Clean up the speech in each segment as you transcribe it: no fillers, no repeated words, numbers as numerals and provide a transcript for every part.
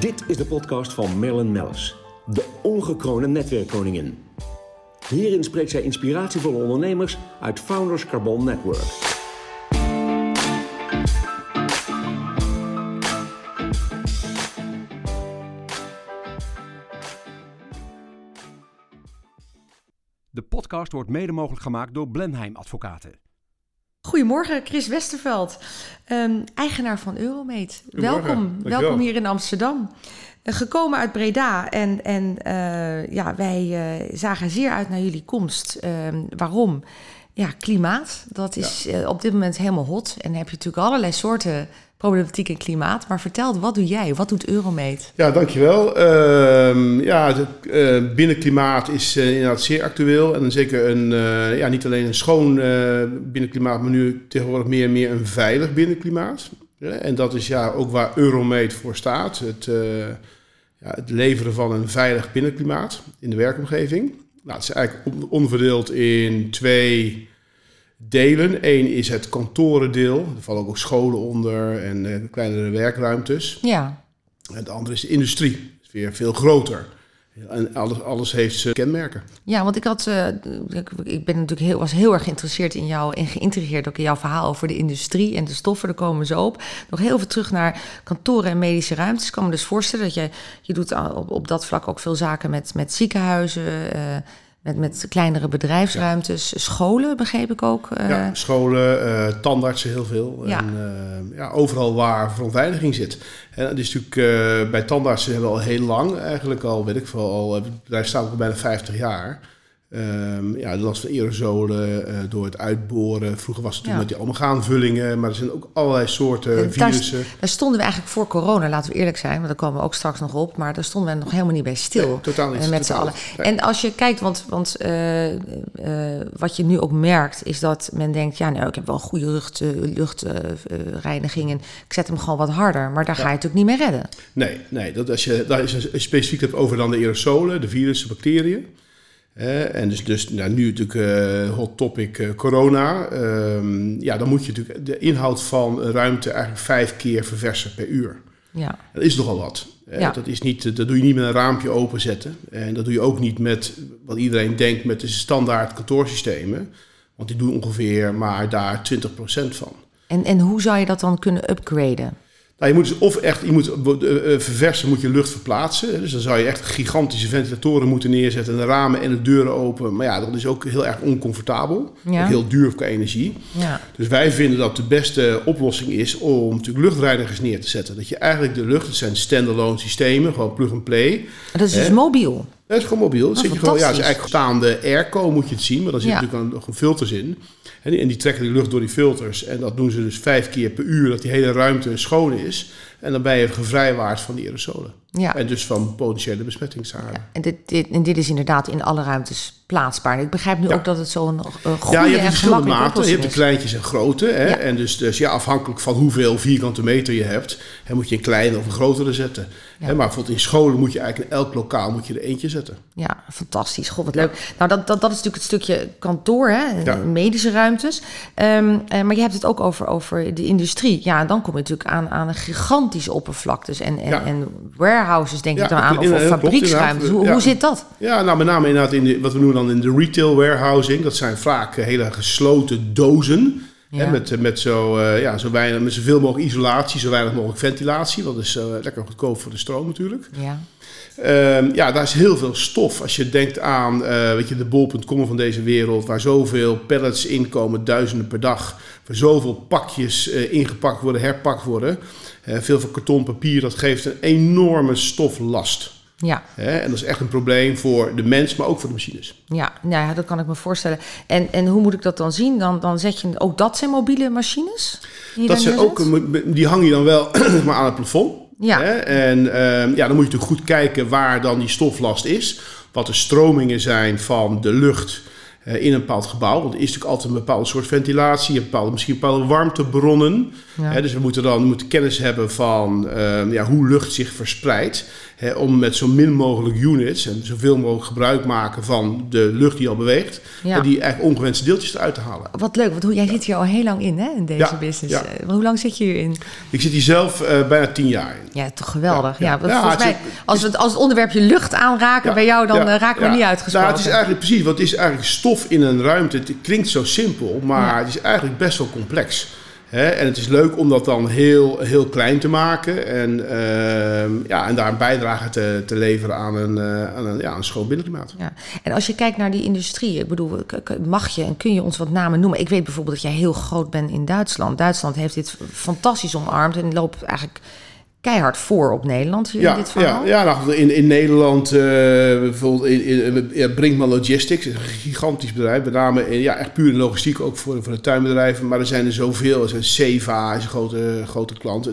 Dit is de podcast van Marilyn Mellis, de ongekroonde netwerkkoningin. Hierin spreekt zij inspiratievolle ondernemers uit Founders Carbon Network. De podcast wordt mede mogelijk gemaakt door Blenheim Advocaten. Goedemorgen, Chris Westerveld, eigenaar van Euromate. Welkom hier in Amsterdam. Gekomen uit Breda en wij zagen zeer uit naar jullie komst. Waarom? Ja, klimaat, dat is op dit moment helemaal hot. En dan heb je natuurlijk allerlei soorten problematiek in klimaat. Maar vertel, wat doe jij? Wat doet Euromate? Ja, dankjewel. Binnenklimaat is inderdaad zeer actueel. En zeker niet alleen een schoon binnenklimaat, maar nu tegenwoordig meer en meer een veilig binnenklimaat. En dat is ook waar Euromate voor staat. Het leveren van een veilig binnenklimaat in de werkomgeving. Nou, het is eigenlijk onderverdeeld in 2 delen. Eén is het kantorendeel. Er vallen ook scholen onder en kleinere werkruimtes. Ja. En de andere is de industrie. Dat is weer veel groter. En alles heeft zijn kenmerken. Ja, want ik ben natuurlijk was heel erg geïnteresseerd in jou en geïntegreerd ook in jouw verhaal over de industrie en de stoffen. Daar komen we zo op. Nog heel veel terug naar kantoren en medische ruimtes. Ik kan me dus voorstellen dat je doet op dat vlak ook veel zaken met ziekenhuizen, met kleinere bedrijfsruimtes, scholen begreep ik ook. Ja, scholen, tandartsen heel veel. Ja. En overal waar verontveiliging zit. En dat is natuurlijk bij tandartsen hebben we al heel lang, eigenlijk al, weet ik veel, het bedrijf staat al bijna 50 jaar. De last van aerosolen door het uitboren. Vroeger was het toen met die amalgaamvullingen, maar er zijn ook allerlei soorten virussen. Daar stonden we eigenlijk voor corona, laten we eerlijk zijn, want daar komen we ook straks nog op, maar daar stonden we nog helemaal niet bij stil. Nee, totaal niet. Met z'n allen. Nee. En als je kijkt, want wat je nu ook merkt, is dat men denkt, ik heb wel een goede luchtreiniging en ik zet hem gewoon wat harder, maar daar ga je natuurlijk niet mee redden. Nee, als je specifiek hebt over dan de aerosolen, de virussen, bacteriën. En dus nu natuurlijk hot topic corona. Dan moet je natuurlijk de inhoud van een ruimte eigenlijk 5 keer verversen per uur. Ja. Dat is nogal wat. Dat doe je niet met een raampje openzetten. En dat doe je ook niet met wat iedereen denkt met de standaard kantoorsystemen. Want die doen ongeveer maar daar 20% van. En hoe zou je dat dan kunnen upgraden? Nou, je moet verversen, moet je lucht verplaatsen. Dus dan zou je echt gigantische ventilatoren moeten neerzetten en de ramen en de deuren open. Maar dat is ook heel erg oncomfortabel. Ja. Ook heel duur qua energie. Ja. Dus wij vinden dat de beste oplossing is om natuurlijk luchtreinigers neer te zetten. Dat je eigenlijk de lucht, het zijn standalone systemen, gewoon plug and play. Dat is dus mobiel? Dat is gewoon mobiel. Het is eigenlijk staande airco moet je het zien, maar daar zit natuurlijk nog filters in. En die trekken die lucht door die filters. En dat doen ze dus 5 keer per uur, dat die hele ruimte schoon is. En dan ben je gevrijwaard van die aerosolen. Ja. En dus van potentiële besmettingszaden. Ja. En dit is inderdaad in alle ruimtes plaatsbaar. Ik begrijp nu ook dat het zo'n goede je hebt en verschillende maten. Je hebt de is. kleintjes en grote. Hè? Ja. En dus afhankelijk van hoeveel vierkante meter je hebt, moet je een kleine of een grotere zetten. Ja. Maar bijvoorbeeld in scholen moet je eigenlijk in elk lokaal moet je er eentje zetten. Ja, fantastisch. God, wat leuk. Nou, dat is natuurlijk het stukje kantoor, medische ruimtes. Maar je hebt het ook over de industrie. Ja, en dan kom je natuurlijk aan een gigantische oppervlaktes en warehouses, denk ik dan aan, of fabrieksruimtes. Hoe zit dat? Ja, met name inderdaad wat we noemen dan in de retail warehousing. Dat zijn vaak hele gesloten dozen. Ja. Met zoveel mogelijk isolatie, zo weinig mogelijk ventilatie. Dat is lekker goedkoop voor de stroom natuurlijk. Ja. Daar is heel veel stof. Als je denkt aan de bol.com van deze wereld, waar zoveel pallets inkomen, duizenden per dag, waar zoveel pakjes ingepakt worden, herpakt worden. Veel van karton, papier, dat geeft een enorme stoflast. Ja. En dat is echt een probleem voor de mens, maar ook voor de machines. Ja, dat kan ik me voorstellen. En hoe moet ik dat dan zien? Dan zet je ook dat zijn mobiele machines? Die hang je dan wel maar aan het plafond. Ja. En dan moet je natuurlijk goed kijken waar dan die stoflast is. Wat de stromingen zijn van de lucht in een bepaald gebouw. Want er is natuurlijk altijd een bepaalde soort ventilatie. Je hebt misschien bepaalde warmtebronnen. Ja. Dus we moeten kennis hebben van hoe lucht zich verspreidt. om met zo min mogelijk units en zoveel mogelijk gebruik maken van de lucht die al beweegt. En die eigenlijk ongewenste deeltjes eruit te halen. Wat leuk, want jij zit hier al heel lang in, hè, in deze business. Ja. Hoe lang zit je hierin? Ik zit hier zelf bijna 10 jaar in. Ja, toch geweldig. Volgens mij, als het onderwerpje lucht aanraken bij jou, dan raken we niet uitgesproken. Nou, het is eigenlijk precies, want het is eigenlijk stof in een ruimte. Het klinkt zo simpel, maar het is eigenlijk best wel complex. En het is leuk om dat dan heel, heel klein te maken en daar een bijdrage te leveren aan een schoon binnenklimaat. Ja. En als je kijkt naar die industrie, ik bedoel, mag je en kun je ons wat namen noemen? Ik weet bijvoorbeeld dat jij heel groot bent in Duitsland. Duitsland heeft dit fantastisch omarmd en loopt eigenlijk keihard voor op Nederland hier in dit verhaal. In Nederland bijvoorbeeld in Brinkmann Logistics, een gigantisch bedrijf, met name echt puur logistiek, ook voor de tuinbedrijven, maar er zijn er zoveel. Er zijn Seva is een grote klant.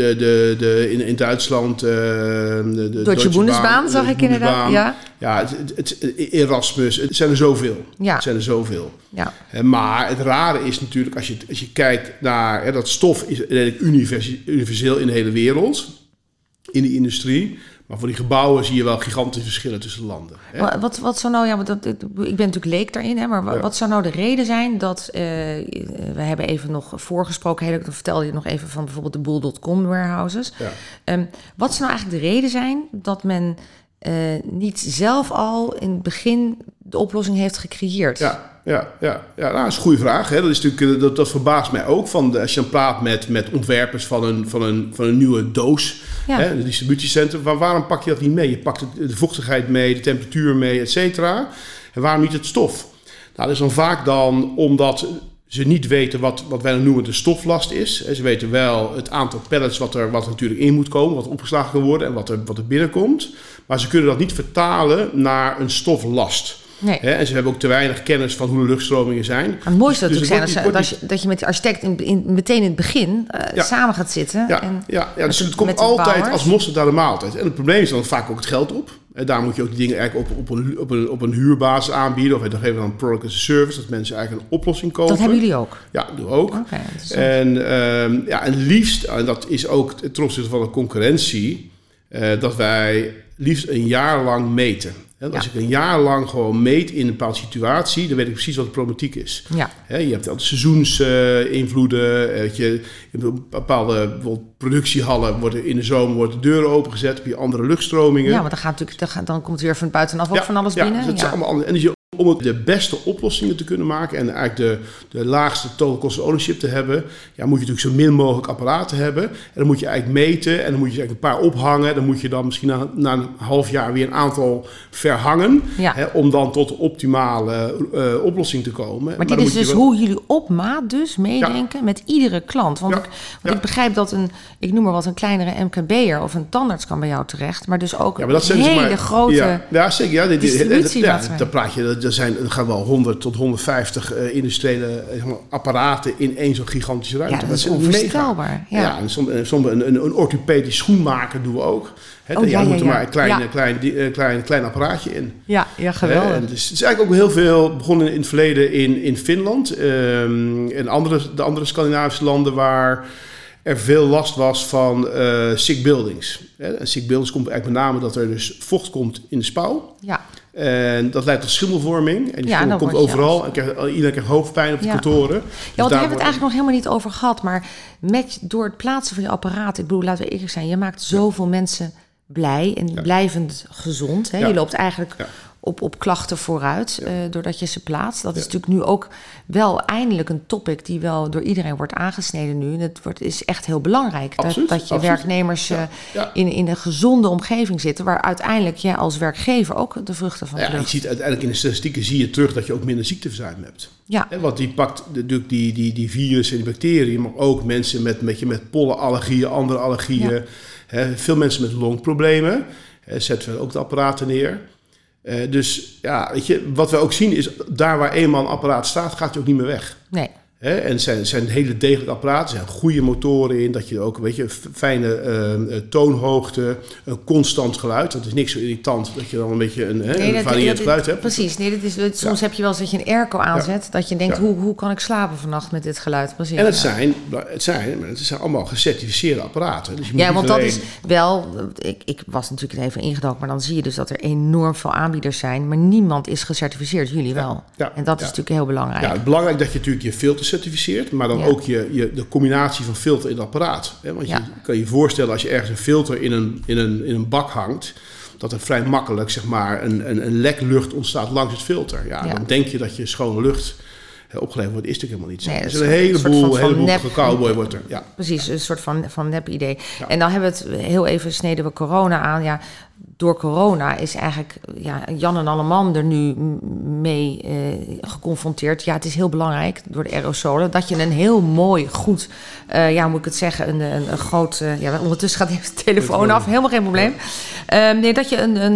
In Duitsland de Deutsche Bundesbahn zag ik inderdaad. Ja, Erasmus, het zijn er zoveel. Ja. Ja. Maar het rare is natuurlijk, als je kijkt naar dat stof is redelijk universeel in de hele wereld, in de industrie. Maar voor die gebouwen zie je wel gigantische verschillen tussen landen. Hè? Wat zou nou, ik ben natuurlijk leek daarin, hè, maar wat zou nou de reden zijn dat, we hebben even nog voorgesproken, dan vertelde je nog even van bijvoorbeeld de Bol.com warehouses. Ja. Wat zou nou eigenlijk de reden zijn dat men niet zelf al in het begin de oplossing heeft gecreëerd? Ja, dat is een goede vraag. Hè. Dat is natuurlijk, dat verbaast mij ook. Als je dan praat met ontwerpers van een nieuwe doos, een distributiecentrum, waarom pak je dat niet mee? Je pakt de vochtigheid mee, de temperatuur mee, et cetera. En waarom niet het stof? Nou, dat is dan vaak omdat ze niet weten wat wij dan noemen de stoflast is. Ze weten wel het aantal pallets wat er natuurlijk in moet komen, wat opgeslagen kan worden en wat er binnenkomt. Maar ze kunnen dat niet vertalen naar een stoflast. Nee. En ze hebben ook te weinig kennis van hoe de luchtstromingen zijn. Maar het mooiste zou natuurlijk zijn dat je met de architect meteen in het begin samen gaat zitten. Dus het komt altijd als mosterd naar de maaltijd. En het probleem is dan vaak ook het geld op. En daar moet je ook die dingen eigenlijk op een huurbasis aanbieden. Of dan geven we dan product as a service, dat mensen eigenlijk een oplossing kopen. Dat hebben jullie ook? Ja, dat doen we ook. En liefst, en dat is ook ten opzichte van de concurrentie, dat wij liefst een jaar lang meten. Als ik een jaar lang gewoon meet in een bepaalde situatie, dan weet ik precies wat de problematiek is. Ja. Je hebt altijd seizoensinvloeden. In bepaalde productiehallen worden in de zomer de deuren opengezet. Heb je andere luchtstromingen. Ja, maar dan komt er weer van buitenaf ook van alles binnen. Dus dat is allemaal anders. En dus om de beste oplossingen te kunnen maken en eigenlijk de laagste total cost of ownership te hebben, moet je natuurlijk zo min mogelijk apparaten hebben. En dan moet je eigenlijk meten en dan moet je eigenlijk een paar ophangen. Dan moet je dan misschien na een half jaar weer een aantal verhangen. Ja. Om dan tot de optimale oplossing te komen. Maar dit is dus hoe jullie op maat dus meedenken met iedere klant. Want ik begrijp dat ik noem maar wat, een kleinere MKB'er of een tandarts kan bij jou terecht. Maar dus ook een hele grote distributiemaatschappij. Dan praat je. Er gaan wel 100 tot 150 industriële apparaten in één zo'n gigantische ruimte. Ja, dat is onvoorstelbaar. En een orthopedisch schoenmaker doen we ook. Je moet er maar een klein apparaatje in. Ja, geweldig. Dus het is eigenlijk ook heel veel begonnen in het verleden in Finland. En de andere Scandinavische landen waar er veel last was van sick buildings. Sick buildings komt eigenlijk met name dat er dus vocht komt in de spouw. Ja. En dat leidt tot schimmelvorming. En die komt overal. En iedereen krijgt hoofdpijn op de kantoren. Dus want daar hebben we het eigenlijk nog helemaal niet over gehad. Maar door het plaatsen van je apparaat, ik bedoel, laten we eerlijk zijn, je maakt zoveel mensen blij en blijvend gezond. Hè? Je loopt eigenlijk op klachten vooruit doordat je ze plaatst. Dat is natuurlijk nu ook wel eindelijk een topic die wel door iedereen wordt aangesneden nu. En het is echt heel belangrijk dat je werknemers in een gezonde omgeving zitten, waar uiteindelijk jij als werkgever ook de vruchten van je ziet uiteindelijk in de statistieken zie je terug dat je ook minder ziekteverzuim hebt. Ja. Want die pakt natuurlijk die virussen en die bacteriën, maar ook mensen met pollenallergieën, andere allergieën. Ja. Veel mensen met longproblemen. Zetten we ook de apparaten neer. Dus weet je, wat we ook zien is, daar waar eenmaal een apparaat staat, gaat hij ook niet meer weg. Nee. En het zijn hele degelijke apparaten. Er zijn goede motoren in. Dat je ook fijne toonhoogte, een constant geluid. Dat is niks zo irritant dat je dan een beetje een varierend geluid hebt. Precies. Nee, soms heb je wel eens dat je een airco aanzet. Dat je denkt, hoe kan ik slapen vannacht met dit geluid? Precies, en het zijn allemaal gecertificeerde apparaten. Dus want dat is wel... Ik was natuurlijk even ingedoken, maar dan zie je dus dat er enorm veel aanbieders zijn. Maar niemand is gecertificeerd. Jullie wel. Ja, en dat is natuurlijk heel belangrijk. Ja, het is belangrijk dat je natuurlijk je filter certificeert, maar dan ook de combinatie van filter in het apparaat. Want je kan je voorstellen als je ergens een filter in een bak hangt, dat er vrij makkelijk zeg maar een lek lucht ontstaat langs het filter. Dan denk je dat je schone lucht opgeleverd wordt, is natuurlijk helemaal niet zo. Nee, er is een heleboel gecowboy wordt er. Ja. Precies, een soort van nep idee. Ja. En dan hebben we het heel even sneden we corona aan. Ja, door corona is eigenlijk Jan en Alleman er nu mee geconfronteerd. Ja, het is heel belangrijk door de aerosolen dat je een heel mooi, goed, moet ik het zeggen, een groot... ondertussen gaat even de telefoon af, helemaal geen probleem. Dat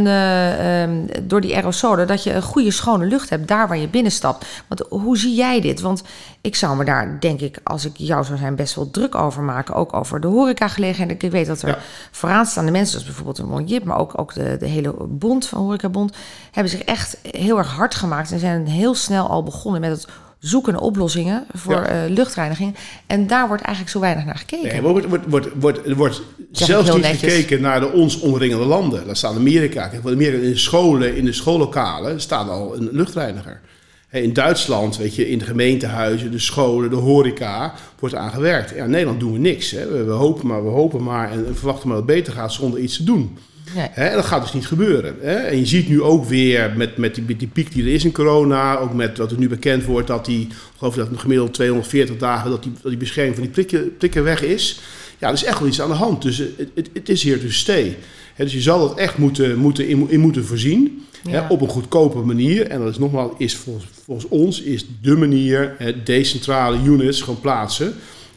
je door die aerosolen, dat je een goede schone lucht hebt daar waar je binnenstapt. Want hoe zie jij dit? Want ik zou me daar, denk ik, als ik jou zou zijn, best wel druk over maken. Ook over de horecagelegenheden. Ik weet dat er vooraanstaande mensen, zoals bijvoorbeeld een Monjip, maar ook de hele bond van Horecabond, hebben zich echt heel erg hard gemaakt en zijn heel snel al begonnen met het zoeken naar oplossingen voor luchtreiniging. En daar wordt eigenlijk zo weinig naar gekeken. Nee, er wordt zelfs niet gekeken naar de ons omringende landen. Daar staat Amerika. Kijk, in scholen, in de schoollokalen staat al een luchtreiniger. In Duitsland, in de gemeentehuizen, de scholen, de horeca, wordt aangewerkt. Ja, in Nederland doen we niks. We hopen maar en verwachten maar dat het beter gaat zonder iets te doen. Nee. En dat gaat dus niet gebeuren. En je ziet nu ook weer met die piek die er is in corona, ook met wat er nu bekend wordt dat geloof ik dat gemiddeld 240 dagen dat die bescherming van die prikken weg is. Ja, er is echt wel iets aan de hand. Dus het is here to stay. Dus je zal het echt moeten voorzien. Ja. Op een goedkope manier. En dat is nogmaals, volgens ons is de manier decentrale units gewoon plaatsen.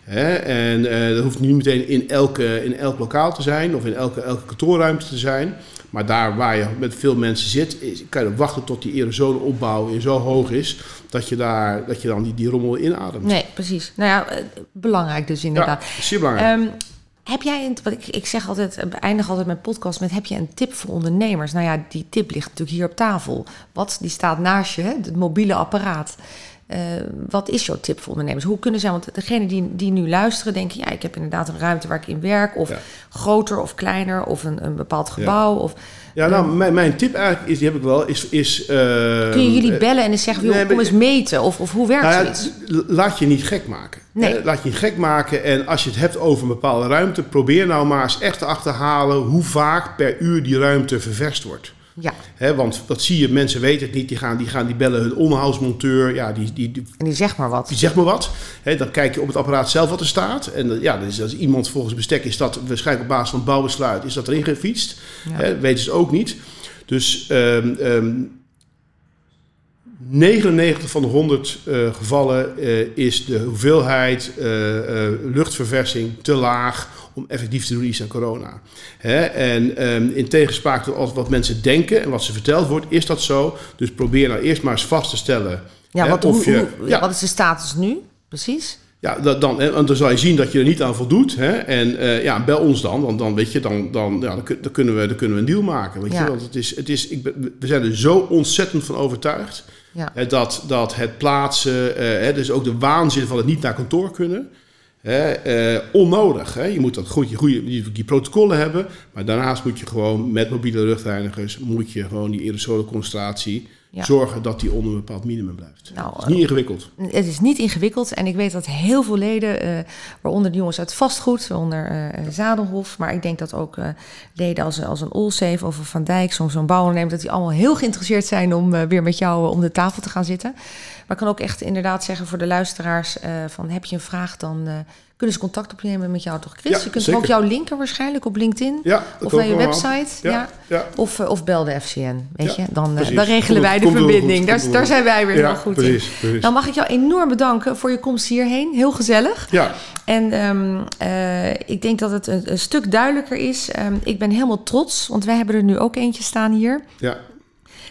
En dat hoeft niet meteen in elk lokaal te zijn of in elke kantoorruimte te zijn. Maar daar waar je met veel mensen zit, kan je wachten tot die aerosolenopbouw weer zo hoog is dat je dan die rommel inademt. Nee, precies. Nou ja, belangrijk dus inderdaad. Ja, zeer belangrijk. Heb jij, ik zeg altijd, eindig altijd mijn podcast met, heb je een tip voor ondernemers? Nou ja, die tip ligt natuurlijk hier op tafel. Die staat naast je, het mobiele apparaat. Wat is jouw tip voor ondernemers? Hoe kunnen zij, want degenen die nu luisteren denken, ik heb inderdaad een ruimte waar ik in werk, of groter of kleiner, of een bepaald gebouw. Of, mijn tip eigenlijk is, die heb ik wel, is kun je jullie bellen en eens zeggen, kom eens meten, of hoe werkt zoiets? Laat je niet gek maken. Nee. Laat je niet gek maken en als je het hebt over een bepaalde ruimte, probeer nou maar eens echt te achterhalen hoe vaak per uur die ruimte ververst wordt. Ja. Want dat zie je, mensen weten het niet, die bellen hun onderhoudsmonteur. En die zegt maar wat. Die zegt maar wat. Dan kijk je op het apparaat zelf wat er staat. En dus als iemand volgens bestek is dat waarschijnlijk op basis van het bouwbesluit is dat erin gefietst. Ja. Weten ze ook niet. Dus 99 van de 100 gevallen is de hoeveelheid luchtverversing te laag om effectief te doen iets aan corona. En in tegenspraak tot wat mensen denken en wat ze verteld wordt, is dat zo. Dus probeer nou eerst maar eens vast te stellen. Wat is de status nu? Precies. Ja, dan zal je zien dat je er niet aan voldoet. En bel ons dan, want dan weet je, dan kunnen we een deal maken. Weet je? Want we zijn er zo ontzettend van overtuigd dat het plaatsen, dus ook de waanzin van het niet naar kantoor kunnen. Onnodig. Je moet dat die protocollen hebben, maar daarnaast moet je gewoon met mobiele luchtreinigers gewoon die aerosolenconcentratie zorgen dat die onder een bepaald minimum blijft. Het is niet ingewikkeld. Het is niet ingewikkeld en ik weet dat heel veel leden, waaronder de jongens uit vastgoed, waaronder Zadelhof, maar ik denk dat ook leden als een Allsafe of een Van Dijk, soms zo'n bouwondernemer, dat die allemaal heel geïnteresseerd zijn om weer met jou om de tafel te gaan zitten. Maar ik kan ook echt inderdaad zeggen voor de luisteraars van heb je een vraag, dan kunnen ze contact opnemen met jou toch, Chris? Ja, je kunt zeker. ook jou linken waarschijnlijk op LinkedIn of naar je website. Of bel de FCN, weet je? Dan regelen wij de verbinding. Daar zijn wij weer heel goed in. Dan mag ik jou enorm bedanken voor je komst hierheen. Heel gezellig. Ja. En ik denk dat het een stuk duidelijker is. Ik ben helemaal trots, want wij hebben er nu ook eentje staan hier. Ja.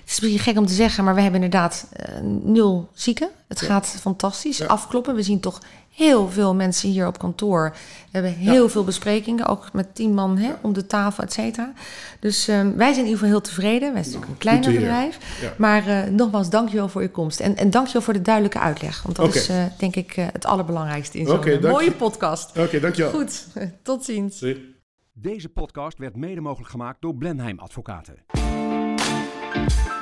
Het is misschien gek om te zeggen, maar we hebben inderdaad 0 zieken. Het gaat fantastisch. Afkloppen. We zien toch heel veel mensen hier op kantoor. We hebben heel veel besprekingen, ook met 10 man om de tafel, et cetera. Dus wij zijn in ieder geval heel tevreden. Wij zijn natuurlijk een kleiner bedrijf. Ja. Maar nogmaals, dankjewel voor je komst. En dankjewel voor de duidelijke uitleg. Want dat is denk ik het allerbelangrijkste in zo'n mooie podcast. Oké, dankjewel. Goed, tot ziens. Zie. Deze podcast werd mede mogelijk gemaakt door Blenheim Advocaten.